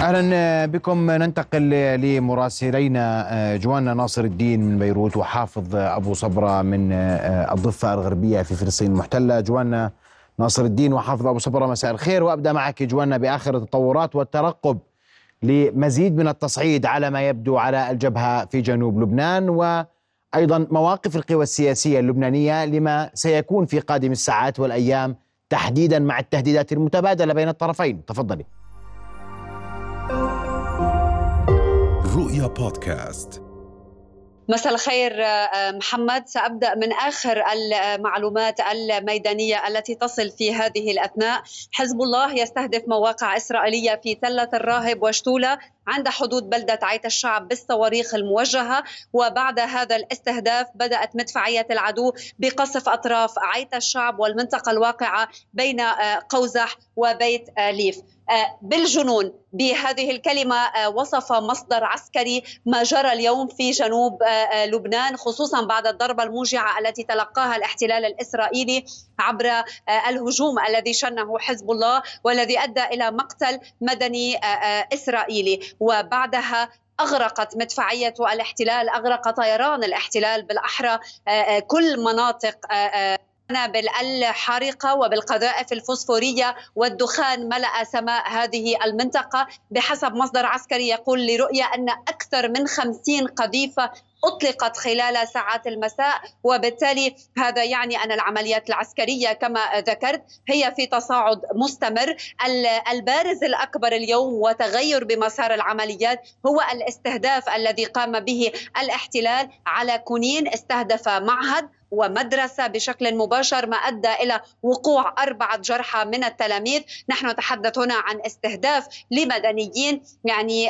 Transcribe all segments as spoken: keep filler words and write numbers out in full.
أهلا بكم. ننتقل لمراسلينا جوانا ناصر الدين من بيروت وحافظ أبو صبرة من الضفة الغربية في فلسطين المحتلة. جوانا ناصر الدين وحافظ أبو صبرة، مساء الخير. وأبدأ معك جوانا بآخر التطورات والترقب لمزيد من التصعيد على ما يبدو على الجبهة في جنوب لبنان، وأيضا مواقف القوى السياسية اللبنانية لما سيكون في قادم الساعات والأيام تحديدا مع التهديدات المتبادلة بين الطرفين. تفضلي. رؤيا بودكاست. مساء الخير محمد. سأبدأ من آخر المعلومات الميدانية التي تصل في هذه الأثناء. حزب الله يستهدف مواقع إسرائيلية في تلة الراهب وشتولة عند حدود بلدة عيت الشعب بالصواريخ الموجهة، وبعد هذا الاستهداف بدأت مدفعية العدو بقصف أطراف عيت الشعب والمنطقة الواقعة بين قوزح وبيت ليف. بالجنون بهذه الكلمة وصف مصدر عسكري ما جرى اليوم في جنوب لبنان، خصوصا بعد الضربة الموجعة التي تلقاها الاحتلال الإسرائيلي عبر الهجوم الذي شنه حزب الله والذي أدى إلى مقتل مدني إسرائيلي. وبعدها أغرقت مدفعية الاحتلال، أغرق طيران الاحتلال بالأحرى كل مناطق القنابل الحارقة وبالقذائف الفوسفورية، والدخان ملأ سماء هذه المنطقة. بحسب مصدر عسكري يقول لرؤيا أن أكثر من خمسين قذيفة أطلقت خلال ساعات المساء، وبالتالي هذا يعني أن العمليات العسكرية كما ذكرت هي في تصاعد مستمر. البارز الأكبر اليوم وتغير بمسار العمليات هو الاستهداف الذي قام به الاحتلال على كونين. استهدف معهد ومدرسة بشكل مباشر، ما أدى إلى وقوع أربعة جرحى من التلاميذ. نحن نتحدث هنا عن استهداف لمدنيين، يعني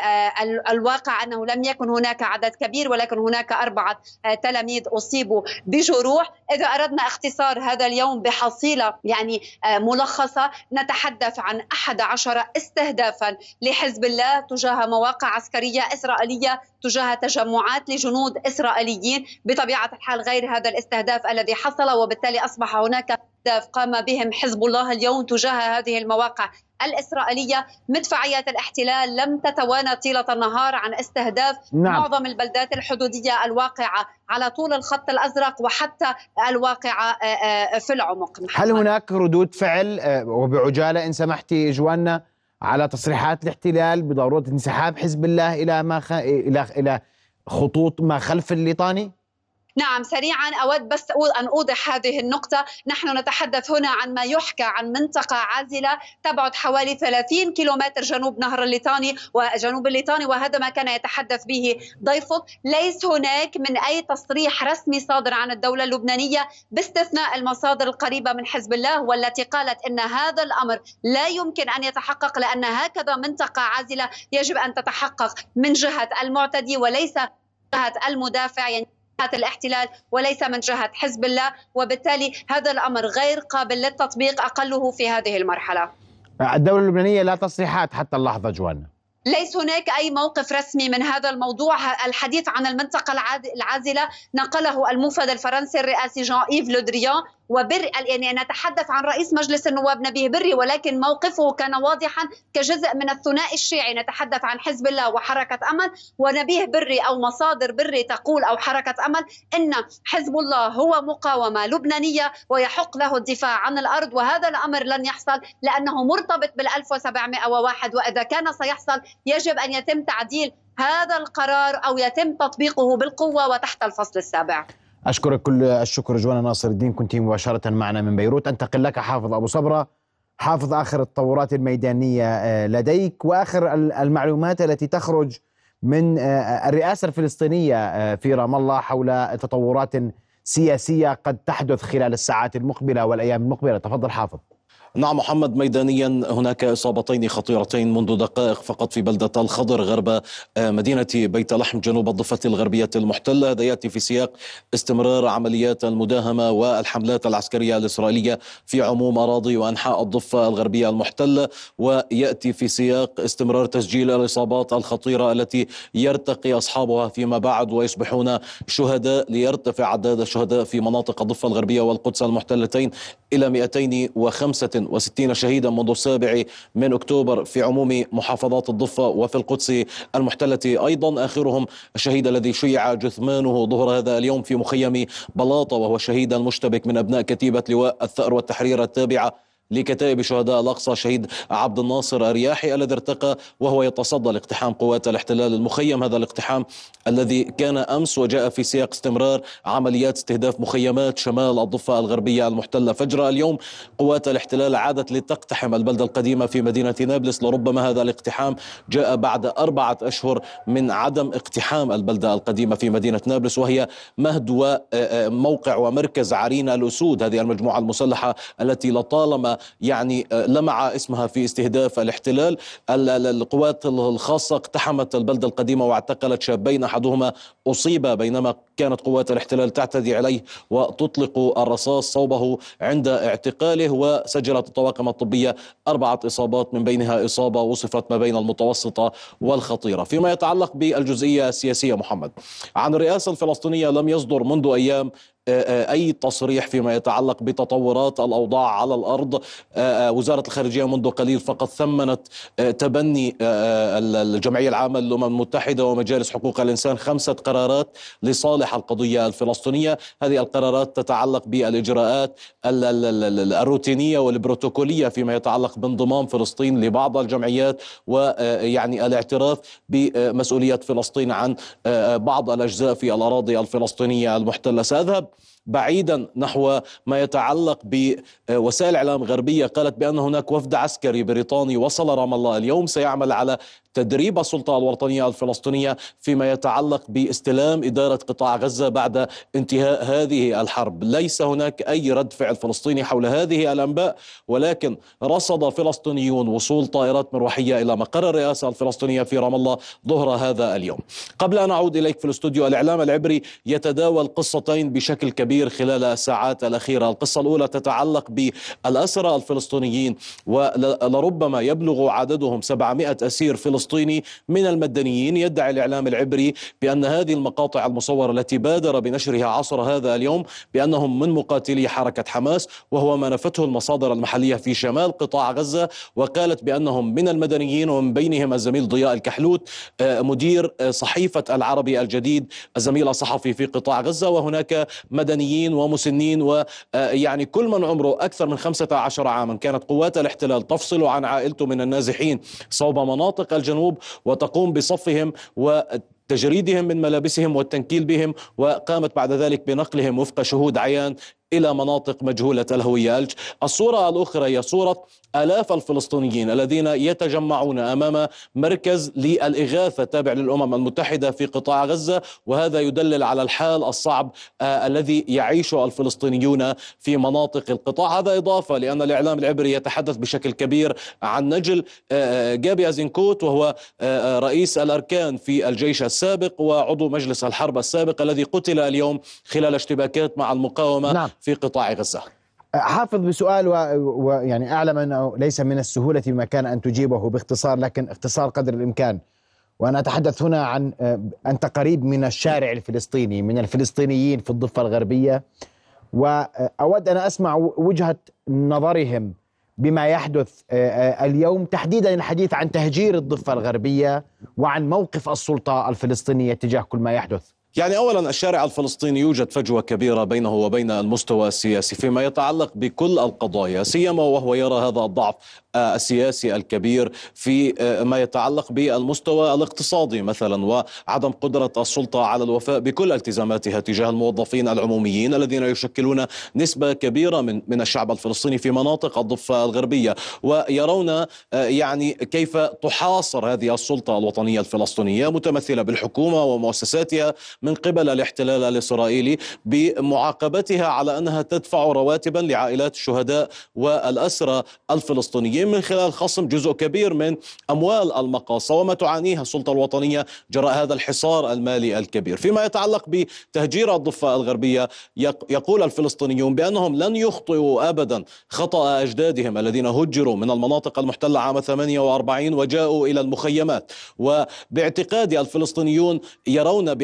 الواقع أنه لم يكن هناك عدد كبير ولكن هناك أربعة تلاميذ أصيبوا بجروح. إذا أردنا اختصار هذا اليوم بحصيلة يعني ملخصة، نتحدث عن أحد عشر استهدافا لحزب الله تجاه مواقع عسكرية إسرائيلية، تجاه تجمعات لجنود إسرائيليين. بطبيعة الحال غير هذا الاستهداف الذي حصل، وبالتالي أصبح هناك استهداف قام بهم حزب الله اليوم تجاه هذه المواقع الإسرائيلية. مدفعية الاحتلال لم تتوانى طيلة النهار عن استهداف نعم. معظم البلدات الحدودية الواقعة على طول الخط الأزرق وحتى الواقعة في العمق. هل هناك ردود فعل وبعجالة إن سمحتي جوانا على تصريحات الاحتلال بضرورة انسحاب حزب الله إلى ما خ... إلى إلى خطوط ما خلف الليطاني؟ نعم، سريعا أود بس أن أوضح هذه النقطة. نحن نتحدث هنا عن ما يحكى عن منطقة عازلة تبعد حوالي ثلاثين كيلومتر جنوب نهر الليطاني وجنوب الليطاني، وهذا ما كان يتحدث به ضيفك. ليس هناك من أي تصريح رسمي صادر عن الدولة اللبنانية باستثناء المصادر القريبة من حزب الله، والتي قالت إن هذا الأمر لا يمكن أن يتحقق لأن هكذا منطقة عازلة يجب أن تتحقق من جهة المعتدي وليس جهة المدافع، يعني الاحتلال وليس من جهة حزب الله. وبالتالي هذا الأمر غير قابل للتطبيق أقله في هذه المرحلة. الدولة اللبنانية لا تصريحات حتى اللحظة جوانا؟ ليس هناك أي موقف رسمي من هذا الموضوع. الحديث عن المنطقة العازلة نقله الموفد الفرنسي الرئاسي جان إيف لو دريان، وبر يعني نتحدث عن رئيس مجلس النواب نبيه بري، ولكن موقفه كان واضحا كجزء من الثنائي الشيعي. نتحدث عن حزب الله وحركة أمل، ونبيه بري أو مصادر بري تقول أو حركة أمل إن حزب الله هو مقاومة لبنانية ويحق له الدفاع عن الأرض، وهذا الأمر لن يحصل لأنه مرتبط بالألف وسبعمائة وواحد، وإذا كان سيحصل يجب أن يتم تعديل هذا القرار أو يتم تطبيقه بالقوة وتحت الفصل السابع. أشكرك كل الشكر جوانا ناصر الدين، كنت مباشرة معنا من بيروت. أنتقل لك حافظ أبو صبرة، حافظ آخر التطورات الميدانية لديك وآخر المعلومات التي تخرج من الرئاسة الفلسطينية في رام الله حول تطورات سياسية قد تحدث خلال الساعات المقبلة والأيام المقبلة. تفضل حافظ. نعم محمد، ميدانيا هناك إصابتين خطيرتين منذ دقائق فقط في بلدة الخضر غرب مدينة بيت لحم جنوب الضفة الغربية المحتلة. هذا يأتي في سياق استمرار عمليات المداهمة والحملات العسكرية الإسرائيلية في عموم أراضي وأنحاء الضفة الغربية المحتلة، ويأتي في سياق استمرار تسجيل الإصابات الخطيرة التي يرتقي أصحابها فيما بعد ويصبحون شهداء، ليرتفع عدد الشهداء في مناطق الضفة الغربية والقدس المحتلتين إلى مئتين وخمسة واثنين وستين شهيدا منذ السابع من أكتوبر في عموم محافظات الضفة وفي القدس المحتلة أيضا، آخرهم الشهيد الذي شيع جثمانه ظهر هذا اليوم في مخيم بلاطة، وهو الشهيد المشتبك من أبناء كتيبة لواء الثأر والتحرير التابعة لكتائب شهداء الأقصى، شهيد عبد الناصر الرياحي الذي ارتقى وهو يتصدى لاقتحام قوات الاحتلال المخيم. هذا الاقتحام الذي كان أمس وجاء في سياق استمرار عمليات استهداف مخيمات شمال الضفة الغربية المحتلة فجر اليوم. قوات الاحتلال عادت لتقتحم البلدة القديمة في مدينة نابلس، لربما هذا الاقتحام جاء بعد أربعة أشهر من عدم اقتحام البلدة القديمة في مدينة نابلس، وهي مهد وموقع ومركز عرين الأسود، هذه المجموعة المسلحة التي لطالما يعني لمع اسمها في استهداف الاحتلال. القوات الخاصة اقتحمت البلدة القديمة واعتقلت شابين، أحدهما أصيب بينما كانت قوات الاحتلال تعتدي عليه وتطلق الرصاص صوبه عند اعتقاله، وسجلت الطواقم الطبية أربعة إصابات من بينها إصابة وصفت ما بين المتوسطة والخطيرة. فيما يتعلق بالجزئية السياسية محمد، عن الرئاسة الفلسطينية لم يصدر منذ أيام أي تصريح فيما يتعلق بتطورات الأوضاع على الأرض. وزارة الخارجية منذ قليل فقط ثمنت تبني الجمعية العامة للأمم المتحدة ومجالس حقوق الإنسان خمسة قرارات لصالح القضية الفلسطينية. هذه القرارات تتعلق بالإجراءات الروتينية والبروتوكولية فيما يتعلق بانضمام فلسطين لبعض الجمعيات، ويعني الاعتراف بمسؤولية فلسطين عن بعض الأجزاء في الأراضي الفلسطينية المحتلة. سأذهب بعيدا نحو ما يتعلق بوسائل إعلام غربية قالت بأن هناك وفد عسكري بريطاني وصل رام الله اليوم سيعمل على تدريب السلطة الوطنية الفلسطينية فيما يتعلق باستلام إدارة قطاع غزة بعد انتهاء هذه الحرب. ليس هناك أي رد فعل فلسطيني حول هذه الأنباء، ولكن رصد فلسطينيون وصول طائرات مروحية إلى مقر الرئاسة الفلسطينية في رام الله ظهر هذا اليوم. قبل أن أعود إليك في الاستوديو، الإعلام العبري يتداول قصتين بشكل كبير خلال الساعات الأخيرة. القصة الأولى تتعلق بالأسرى الفلسطينيين، ولربما يبلغ عددهم سبعمائة أسير فلسطيني من المدنيين. يدعي الإعلام العبري بأن هذه المقاطع المصورة التي بادر بنشرها عصر هذا اليوم بأنهم من مقاتلي حركة حماس، وهو ما نفته المصادر المحلية في شمال قطاع غزة، وقالت بأنهم من المدنيين ومن بينهم الزميل ضياء الكحلوت مدير صحيفة العربي الجديد، الزميل الصحفي في قطاع غزة، وهناك مدنيين ومسنين ويعني كل من عمره أكثر من خمسة عشر عاما. كانت قوات الاحتلال تفصل عن عائلته من النازحين صوب مناطق الجنوب وتقوم بصفهم وتجريدهم من ملابسهم والتنكيل بهم، وقامت بعد ذلك بنقلهم وفق شهود عيان إلى مناطق مجهولة الهوية. الصورة الأخرى هي صورة آلاف الفلسطينيين الذين يتجمعون أمام مركز للإغاثة تابع للأمم المتحدة في قطاع غزة، وهذا يدلل على الحال الصعب آه الذي يعيشه الفلسطينيون في مناطق القطاع. هذا إضافة لأن الإعلام العبري يتحدث بشكل كبير عن نجل آه جابي أزنكوت، وهو آه رئيس الأركان في الجيش السابق وعضو مجلس الحرب السابق الذي قتل اليوم خلال اشتباكات مع المقاومة نعم. في قطاع غزة. حافظ بسؤال ويعني و... أعلم أنه ليس من السهولة بمكان أن تجيبه باختصار، لكن اختصار قدر الإمكان. وأنا أتحدث هنا عن أنت قريب من الشارع الفلسطيني، من الفلسطينيين في الضفة الغربية، وأود أن أسمع وجهة نظرهم بما يحدث اليوم، تحديدا الحديث عن تهجير الضفة الغربية وعن موقف السلطة الفلسطينية تجاه كل ما يحدث. يعني أولا الشارع الفلسطيني يوجد فجوة كبيرة بينه وبين المستوى السياسي فيما يتعلق بكل القضايا، سيما وهو يرى هذا الضعف السياسي الكبير في ما يتعلق بالمستوى الاقتصادي مثلا، وعدم قدرة السلطة على الوفاء بكل التزاماتها تجاه الموظفين العموميين الذين يشكلون نسبة كبيرة من من الشعب الفلسطيني في مناطق الضفة الغربية، ويرون يعني كيف تحاصر هذه السلطة الوطنية الفلسطينية متمثلة بالحكومة ومؤسساتها من قبل الاحتلال الإسرائيلي بمعاقبتها على أنها تدفع رواتبا لعائلات الشهداء والأسرى الفلسطينيين من خلال خصم جزء كبير من أموال المقاصة، وما تعانيها السلطة الوطنية جراء هذا الحصار المالي الكبير. فيما يتعلق بتهجير الضفة الغربية، يقول الفلسطينيون بأنهم لن يخطئوا أبدا خطأ أجدادهم الذين هجروا من المناطق المحتلة عام ثمانية وأربعين وجاءوا إلى المخيمات، وباعتقاد الفلسطينيون يرون بأن ما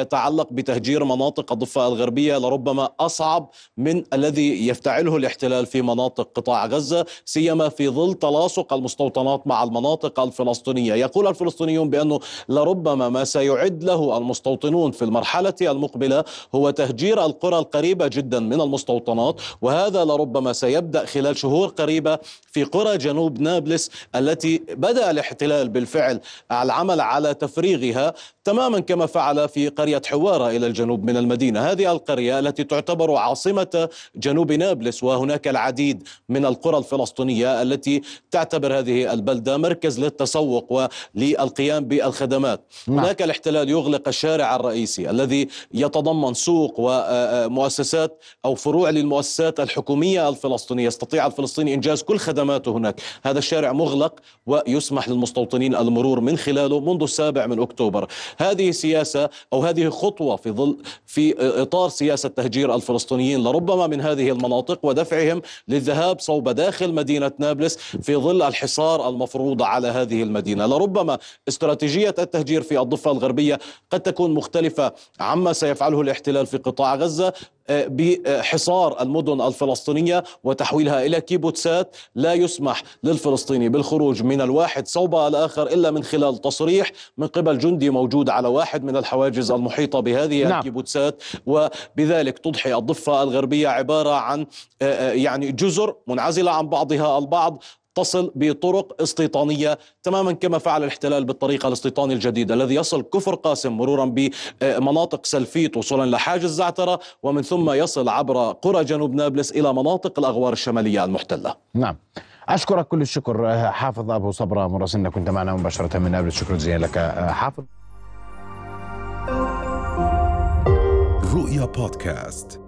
يتعلق بتهجير مناطق الضفة الغربية لربما أصعب من الذي يفتعله الاحتلال في مناطق قطاع غزة، سيما في ظل تلاصق المستوطنات مع المناطق الفلسطينية. يقول الفلسطينيون بأنه لربما ما سيعد له المستوطنون في المرحلة المقبلة هو تهجير القرى القريبة جدا من المستوطنات، وهذا لربما سيبدأ خلال شهور قريبة في قرى جنوب نابلس التي بدأ الاحتلال بالفعل العمل على تفريغها، تماما كما فعل في قرية حوارة إلى الجنوب من المدينة. هذه القرية التي تعتبر عاصمة جنوب نابلس، وهناك العديد من القرى الفلسطينية التي تعتبر هذه البلدة مركز للتسوق وللقيام بالخدمات. نعم. هناك الاحتلال يغلق الشارع الرئيسي الذي يتضمن سوق ومؤسسات أو فروع للمؤسسات الحكومية الفلسطينية، يستطيع الفلسطيني إنجاز كل خدماته هناك. هذا الشارع مغلق ويسمح للمستوطنين المرور من خلاله منذ السابع من أكتوبر. هذه سياسة أو هذه خطوة في ظل في إطار سياسة تهجير الفلسطينيين لربما من هذه المناطق ودفعهم للذهاب صوب داخل مدينة نابلس في ظل الحصار المفروض على هذه المدينة. لربما استراتيجية التهجير في الضفة الغربية قد تكون مختلفة عما سيفعله الاحتلال في قطاع غزة بحصار المدن الفلسطينية وتحويلها إلى كيبوتسات لا يسمح للفلسطيني بالخروج من الواحد صوب الآخر إلا من خلال تصريح من قبل جندي موجود على واحد من الحواجز المحيطة بهذه نعم. الكيبوتسات، وبذلك تضحي الضفة الغربية عبارة عن يعني جزر منعزلة عن بعضها البعض تصل بطرق استيطانية تماما كما فعل الاحتلال بالطريق الاستيطاني الجديد الذي يصل كفر قاسم مرورا بمناطق سلفيت وصولا لحاجز زعترة، ومن ثم يصل عبر قرى جنوب نابلس إلى مناطق الأغوار الشمالية المحتلة. نعم، أشكرك كل الشكر حافظ أبو صبرة مراسلنا، كنت معنا مباشرة من نابلس. شكرا جزيلا لك حافظ. رؤيا بودكاست.